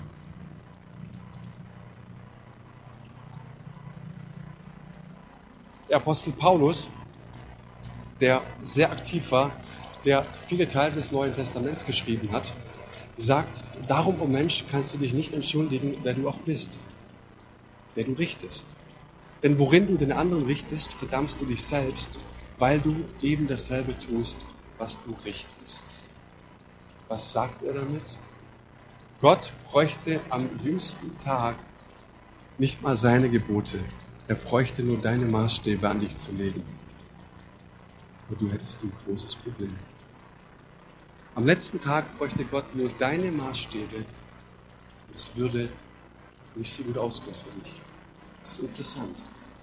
Der Apostel Paulus, der sehr aktiv war, der viele Teile des Neuen Testaments geschrieben hat, sagt, darum, o Mensch, kannst du dich nicht entschuldigen, wer du auch bist, wer du richtest. Denn worin du den anderen richtest, verdammst du dich selbst, weil du eben dasselbe tust, was du richtest. Was sagt er damit? Gott bräuchte am jüngsten Tag nicht mal seine Gebote. Er bräuchte nur deine Maßstäbe an dich zu legen. Und du hättest ein großes Problem. Am letzten Tag bräuchte Gott nur deine Maßstäbe. Es würde nicht so gut ausgehen für dich. Das ist interessant.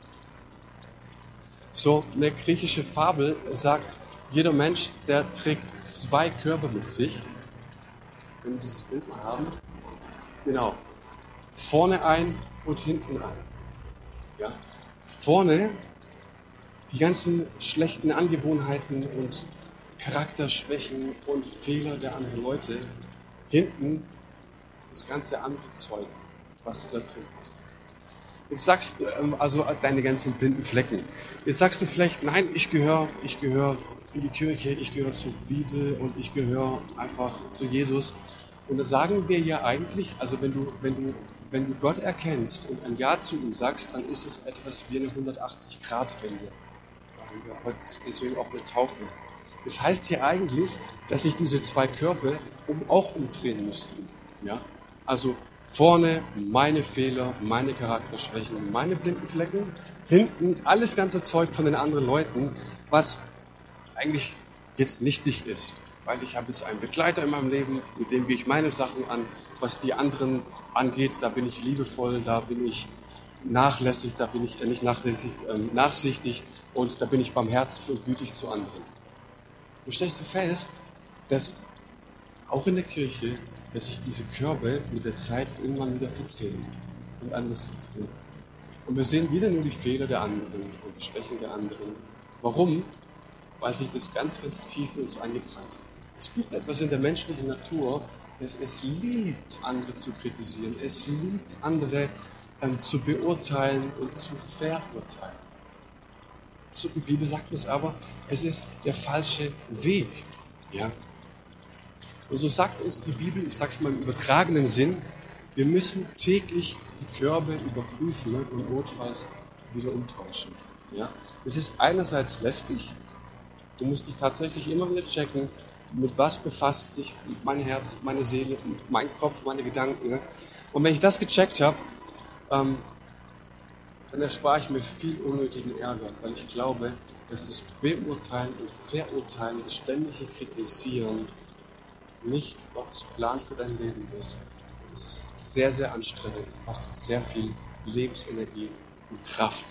So, eine griechische Fabel sagt, jeder Mensch, der trägt zwei Körper mit sich. Wenn wir dieses Bild mal haben. Genau. Vorne ein und hinten ein. Ja. Vorne die ganzen schlechten Angewohnheiten und Charakterschwächen und Fehler der anderen Leute. Hinten das ganze andere Zeug, was du da drin hast. Jetzt sagst du, also deine ganzen blinden Flecken. Jetzt sagst du vielleicht, nein, ich gehöre ich gehöre in die Kirche, ich gehöre zur Bibel und ich gehöre einfach zu Jesus. Und da sagen wir ja eigentlich, also wenn du, wenn du, wenn du Gott erkennst und ein Ja zu ihm sagst, dann ist es etwas wie eine hundertachtzig-Grad-Wende. Deswegen auch eine Taufe. Das heißt hier eigentlich, dass sich diese zwei Körper um, auch umdrehen müssten. Ja? Also vorne meine Fehler, meine Charakterschwächen, meine blinden Flecken. Hinten alles ganze Zeug von den anderen Leuten, was eigentlich jetzt nichtig ist. Weil ich habe jetzt einen Begleiter in meinem Leben, mit dem gehe ich meine Sachen an. Was die anderen angeht, da bin ich liebevoll, da bin ich nachlässig, da bin ich äh, nicht nachlässig, äh, nachsichtig und da bin ich barmherzig und gütig zu anderen. Du stellst du fest, dass auch in der Kirche, dass sich diese Körbe mit der Zeit irgendwann wieder verdrehen und anders verdrehen. Und wir sehen wieder nur die Fehler der anderen und die Schwächen der anderen. Warum? Weil sich das ganz, ganz tief in uns eingebrannt hat. Es gibt etwas in der menschlichen Natur, es, es liebt, andere zu kritisieren. Es liebt, andere ähm, zu beurteilen und zu verurteilen. So, die Bibel sagt uns aber, es ist der falsche Weg. Ja? Und so sagt uns die Bibel, ich sage es mal im übertragenen Sinn, wir müssen täglich die Körbe überprüfen und notfalls wieder umtauschen. Ja? Es ist einerseits lästig, du musst dich tatsächlich immer wieder checken, mit was befasst sich mein Herz, meine Seele, mein Kopf, meine Gedanken. Und wenn ich das gecheckt habe, ähm, dann erspare ich mir viel unnötigen Ärger, weil ich glaube, dass das Beurteilen und Verurteilen, das ständige Kritisieren nicht Gottes Plan für dein Leben ist. Es ist sehr, sehr anstrengend, kostet sehr viel Lebensenergie und Kraft.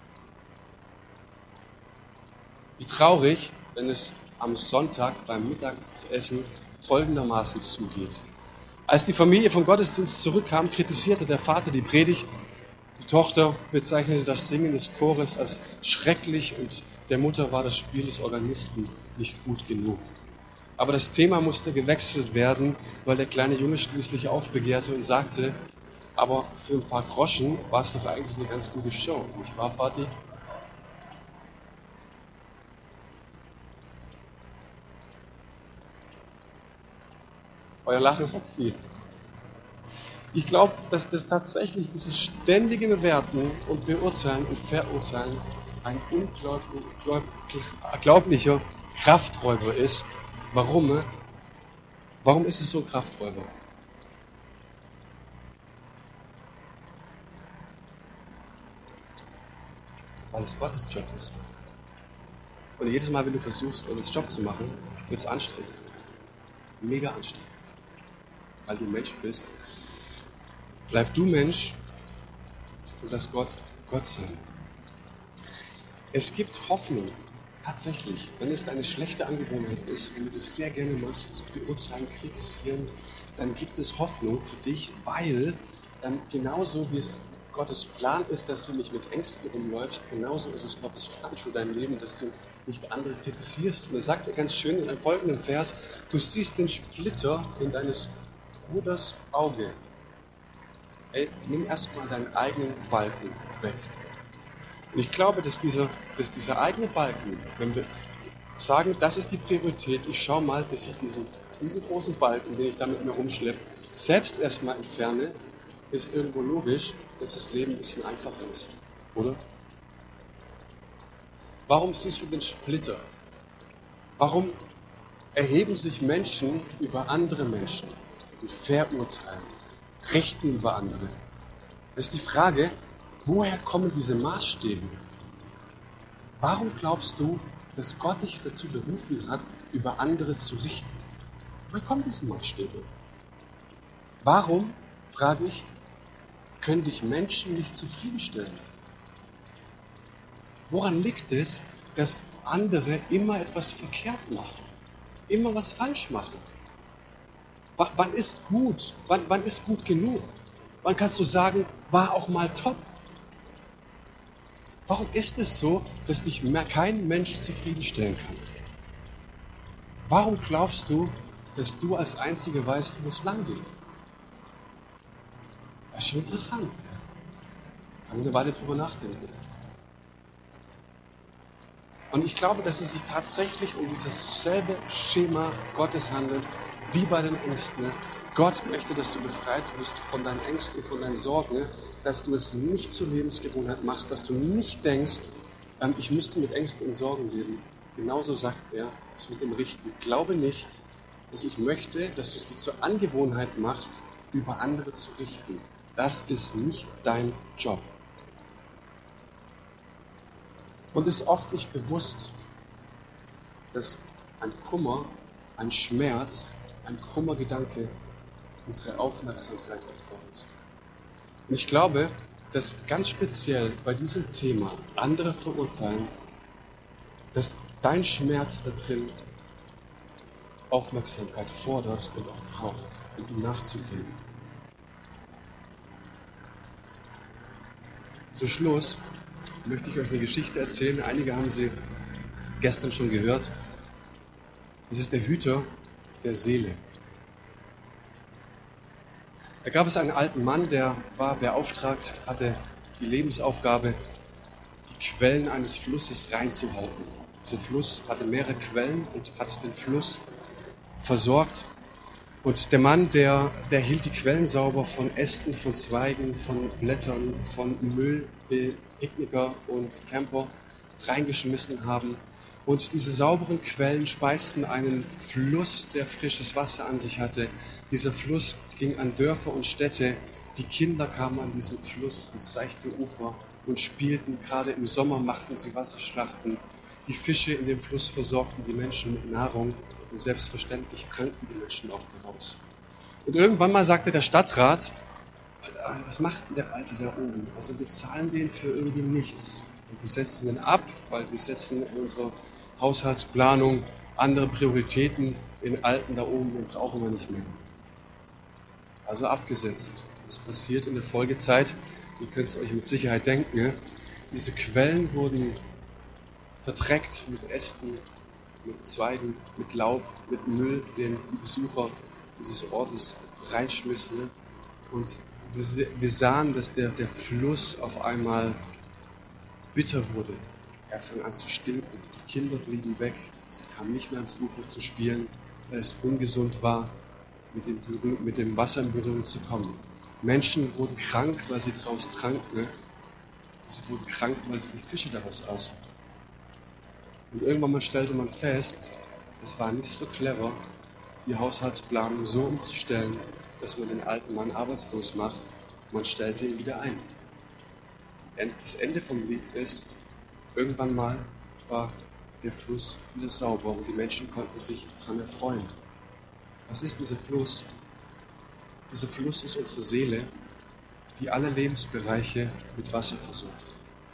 Wie traurig, wenn es am Sonntag beim Mittagessen folgendermaßen zugeht. Als die Familie vom Gottesdienst zurückkam, kritisierte der Vater die Predigt. Die Tochter bezeichnete das Singen des Chores als schrecklich und der Mutter war das Spiel des Organisten nicht gut genug. Aber das Thema musste gewechselt werden, weil der kleine Junge schließlich aufbegehrte und sagte, aber für ein paar Groschen war es doch eigentlich eine ganz gute Show, nicht wahr, Vati? Euer Lachen sagt viel. Ich glaube, dass das tatsächlich dieses ständige Bewerten und Beurteilen und Verurteilen ein unglaublicher Krafträuber ist. Warum? Warum ist es so ein Krafträuber? Weil es Gottes Job ist. Und jedes Mal, wenn du versuchst, Gottes Job zu machen, wird es anstrengend. Mega anstrengend. Weil du Mensch bist. Bleib du Mensch und lass Gott Gott sein. Es gibt Hoffnung, tatsächlich, wenn es deine schlechte Angewohnheit ist, wenn du das sehr gerne machst, beurteilen, kritisieren, dann gibt es Hoffnung für dich, weil ähm, genauso wie es Gottes Plan ist, dass du nicht mit Ängsten rumläufst, genauso ist es Gottes Plan für dein Leben, dass du nicht andere kritisierst. Und er sagt mir ganz schön in einem folgenden Vers, du siehst den Splitter in deines Bruders Auge. Ey, nimm erstmal deinen eigenen Balken weg. Und ich glaube, dass dieser, dass dieser eigene Balken, wenn wir sagen, das ist die Priorität, ich schaue mal, dass ich diesen, diesen großen Balken, den ich da mit mir rumschleppe, selbst erstmal entferne, ist irgendwo logisch, dass das Leben ein bisschen einfacher ist, oder? Warum siehst du den Splitter? Warum erheben sich Menschen über andere Menschen und verurteilen, richten über andere? Das ist die Frage, woher kommen diese Maßstäbe? Warum glaubst du, dass Gott dich dazu berufen hat, über andere zu richten? Woher kommen diese Maßstäbe? Warum, frage ich, können dich Menschen nicht zufriedenstellen? Woran liegt es, dass andere immer etwas verkehrt machen? Immer was falsch machen? W- wann ist gut? Wann, wann ist gut genug? Wann kannst du sagen, war auch mal top? Warum ist es so, dass dich mehr kein Mensch zufriedenstellen kann? Warum glaubst du, dass du als Einziger weißt, wo es lang geht? Das ist schon interessant. Gell? Kann man eine Weile drüber nachdenken. Und ich glaube, dass es sich tatsächlich um dieses selbe Schema Gottes handelt, wie bei den Ängsten. Gott möchte, dass du befreit wirst von deinen Ängsten, von deinen Sorgen, dass du es nicht zur Lebensgewohnheit machst, dass du nicht denkst, ähm, ich müsste mit Ängsten und Sorgen leben. Genauso sagt er es mit dem Richten. Glaube nicht, dass ich möchte, dass du es dir zur Angewohnheit machst, über andere zu richten. Das ist nicht dein Job. Und es ist oft nicht bewusst, dass ein Kummer, ein Schmerz, ein krummer Gedanke unsere Aufmerksamkeit erfordert. Und ich glaube, dass ganz speziell bei diesem Thema andere verurteilen, dass dein Schmerz da drin Aufmerksamkeit fordert und auch braucht, um ihm nachzugehen. Zum Schluss möchte ich euch eine Geschichte erzählen. Einige haben sie gestern schon gehört. Es ist der Hüter der Seele. Da gab es einen alten Mann, der war beauftragt, hatte die Lebensaufgabe, die Quellen eines Flusses reinzuhalten. Dieser Fluss hatte mehrere Quellen und hat den Fluss versorgt. Und der Mann, der, der hielt die Quellen sauber von Ästen, von Zweigen, von Blättern, von Müll, den Picknicker und Camper reingeschmissen haben. Und diese sauberen Quellen speisten einen Fluss, der frisches Wasser an sich hatte. Dieser Fluss ging an Dörfer und Städte. Die Kinder kamen an diesen Fluss, ans seichte Ufer und spielten. Gerade im Sommer machten sie Wasserschlachten. Die Fische in dem Fluss versorgten die Menschen mit Nahrung. Und selbstverständlich tranken die Menschen auch daraus. Und irgendwann mal sagte der Stadtrat, was macht denn der Alte da oben? Also wir zahlen den für irgendwie nichts. Und wir setzen den ab, weil wir setzen in unserer Haushaltsplanung andere Prioritäten. Den Alten da oben, den brauchen wir nicht mehr. Also abgesetzt. Was passiert in der Folgezeit? Ihr könnt es euch mit Sicherheit denken. Ja? Diese Quellen wurden verdreckt mit Ästen, mit Zweigen, mit Laub, mit Müll, den die Besucher dieses Ortes reinschmissen. Und wir, wir sahen, dass der, der Fluss auf einmal bitter wurde. Er fing an zu stinken. Die Kinder blieben weg. Sie kamen nicht mehr ans Ufer zu spielen, weil es ungesund war, mit dem, Berühr- mit dem Wasser in Berührung zu kommen. Menschen wurden krank, weil sie daraus tranken. Sie wurden krank, weil sie die Fische daraus aßen. Und irgendwann mal stellte man fest, es war nicht so clever, die Haushaltsplanung so umzustellen, dass man den alten Mann arbeitslos macht. Man stellte ihn wieder ein. Das Ende vom Lied ist, irgendwann mal war der Fluss wieder sauber und die Menschen konnten sich daran erfreuen. Was ist dieser Fluss? Dieser Fluss ist unsere Seele, die alle Lebensbereiche mit Wasser versorgt.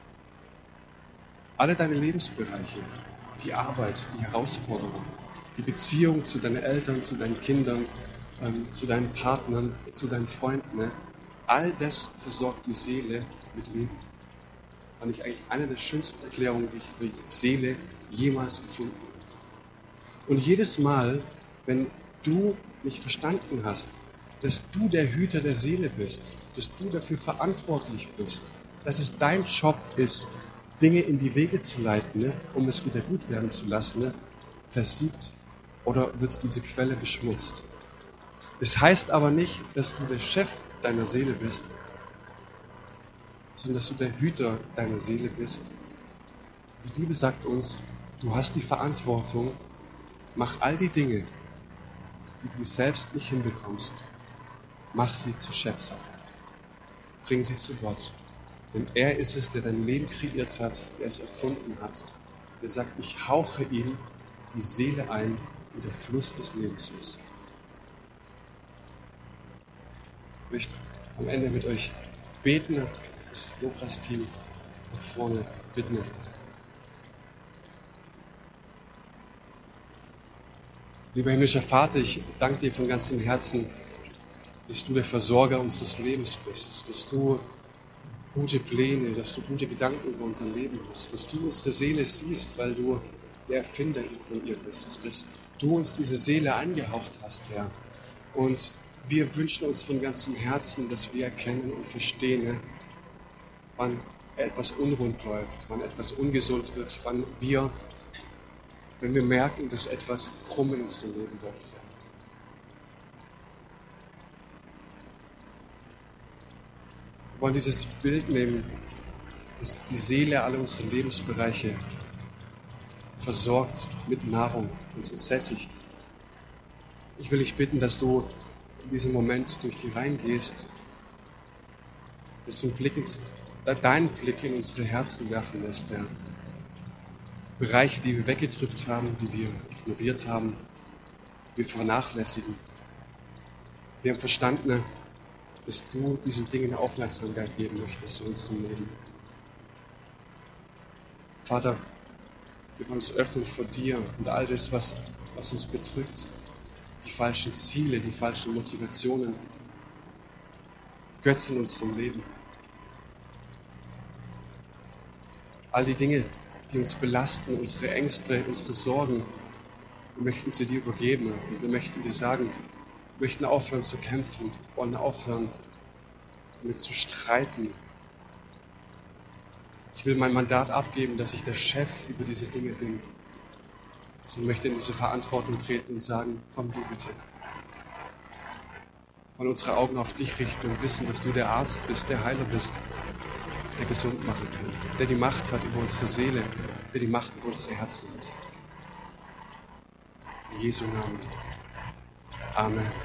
Alle deine Lebensbereiche, die Arbeit, die Herausforderungen, die Beziehung zu deinen Eltern, zu deinen Kindern, ähm, zu deinen Partnern, zu deinen Freunden, ne? All das versorgt die Seele mit Leben. Fand ich eigentlich eine der schönsten Erklärungen, die ich über die Seele jemals gefunden habe. Und jedes Mal, wenn du nicht verstanden hast, dass du der Hüter der Seele bist, dass du dafür verantwortlich bist, dass es dein Job ist, Dinge in die Wege zu leiten, ne, um es wieder gut werden zu lassen, ne, versiegt oder wird diese Quelle beschmutzt. Es heißt aber nicht, dass du der Chef deiner Seele bist, sondern dass du der Hüter deiner Seele bist. Die Bibel sagt uns, du hast die Verantwortung, mach all die Dinge, die du selbst nicht hinbekommst, mach sie zu Chefsache. Bring sie zu Gott. Denn er ist es, der dein Leben kreiert hat, der es erfunden hat. Der sagt, ich hauche ihm die Seele ein, die der Fluss des Lebens ist. Ich möchte am Ende mit euch beten, das Lobpreisteam nach vorne bitten. Lieber himmlischer Vater, ich danke dir von ganzem Herzen, dass du der Versorger unseres Lebens bist, dass du gute Pläne, dass du gute Gedanken über unser Leben hast, dass du unsere Seele siehst, weil du der Erfinder von ihr bist, dass du uns diese Seele eingehaucht hast, Herr. Und wir wünschen uns von ganzem Herzen, dass wir erkennen und verstehen, wann etwas unrund läuft, wann etwas ungesund wird, wann wir, wenn wir merken, dass etwas krumm in unserem Leben läuft, Herr. Wir wollen dieses Bild nehmen, dass die Seele alle unsere Lebensbereiche versorgt mit Nahrung und uns sättigt. Ich will dich bitten, dass du in diesem Moment durch die Reihen gehst, dass du einen Blick ins, deinen Blick in unsere Herzen werfen lässt, Herr. Bereiche, die wir weggedrückt haben, die wir ignoriert haben, die wir vernachlässigen. Wir haben verstanden, dass du diesen Dingen Aufmerksamkeit geben möchtest in unserem Leben. Vater, wir wollen uns öffnen vor dir und all das, was, was uns bedrückt, die falschen Ziele, die falschen Motivationen, die Götzen in unserem Leben. All die Dinge, die uns belasten, unsere Ängste, unsere Sorgen, wir möchten sie dir übergeben und wir möchten dir sagen, wir möchten aufhören zu kämpfen, wollen aufhören damit zu streiten. Ich will mein Mandat abgeben, dass ich der Chef über diese Dinge bin. Ich möchte in diese Verantwortung treten und sagen, komm du bitte. Wollen unsere Augen auf dich richten und wissen, dass du der Arzt bist, der Heiler bist, der gesund machen kann, der die Macht hat über unsere Seele, der die Macht über unsere Herzen hat. In Jesu Namen. Amen.